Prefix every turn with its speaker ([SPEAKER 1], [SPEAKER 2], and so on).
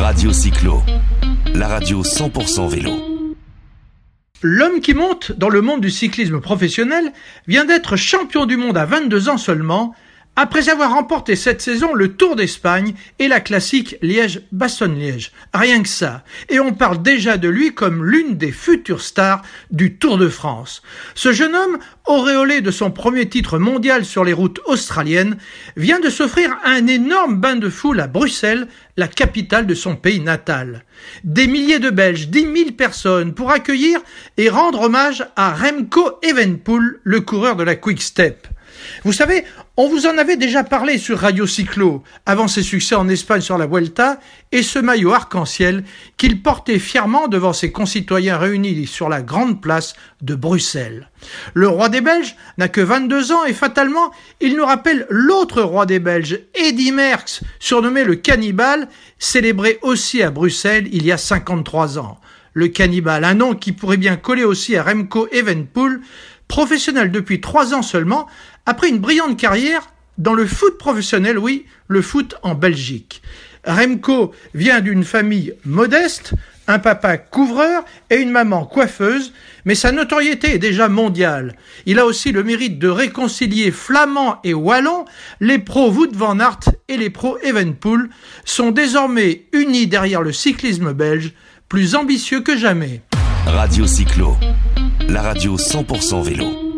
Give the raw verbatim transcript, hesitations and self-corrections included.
[SPEAKER 1] Radio Cyclo, la radio cent pour cent vélo.
[SPEAKER 2] L'homme qui monte dans le monde du cyclisme professionnel vient d'être champion du monde à vingt-deux ans seulement, après avoir remporté cette saison le Tour d'Espagne et la classique Liège-Bastogne-Liège. Rien que ça. Et on parle déjà de lui comme l'une des futures stars du Tour de France. Ce jeune homme, auréolé de son premier titre mondial sur les routes australiennes, vient de s'offrir un énorme bain de foule à Bruxelles, la capitale de son pays natal. Des milliers de Belges, dix mille personnes pour accueillir et rendre hommage à Remco Evenepoel, le coureur de la Quick Step. Vous savez, on vous en avait déjà parlé sur Radio Cyclo, avant ses succès en Espagne sur la Vuelta, et ce maillot arc-en-ciel qu'il portait fièrement devant ses concitoyens réunis sur la grande place de Bruxelles. Le roi des Belges n'a que vingt-deux ans et fatalement, il nous rappelle l'autre roi des Belges, Eddy Merckx, surnommé le Cannibale, célébré aussi à Bruxelles il y a cinquante-trois ans. Le Cannibale, un nom qui pourrait bien coller aussi à Remco Evenepoel, professionnel depuis trois ans seulement, après une brillante carrière dans le foot professionnel, oui, le foot en Belgique. Remco vient d'une famille modeste, un papa couvreur et une maman coiffeuse, mais sa notoriété est déjà mondiale. Il a aussi le mérite de réconcilier flamands et wallons. Les pros Wout van Aert et les pros Evenepoel sont désormais unis derrière le cyclisme belge, plus ambitieux que jamais.
[SPEAKER 1] Radio Cyclo, la radio cent pour cent vélo.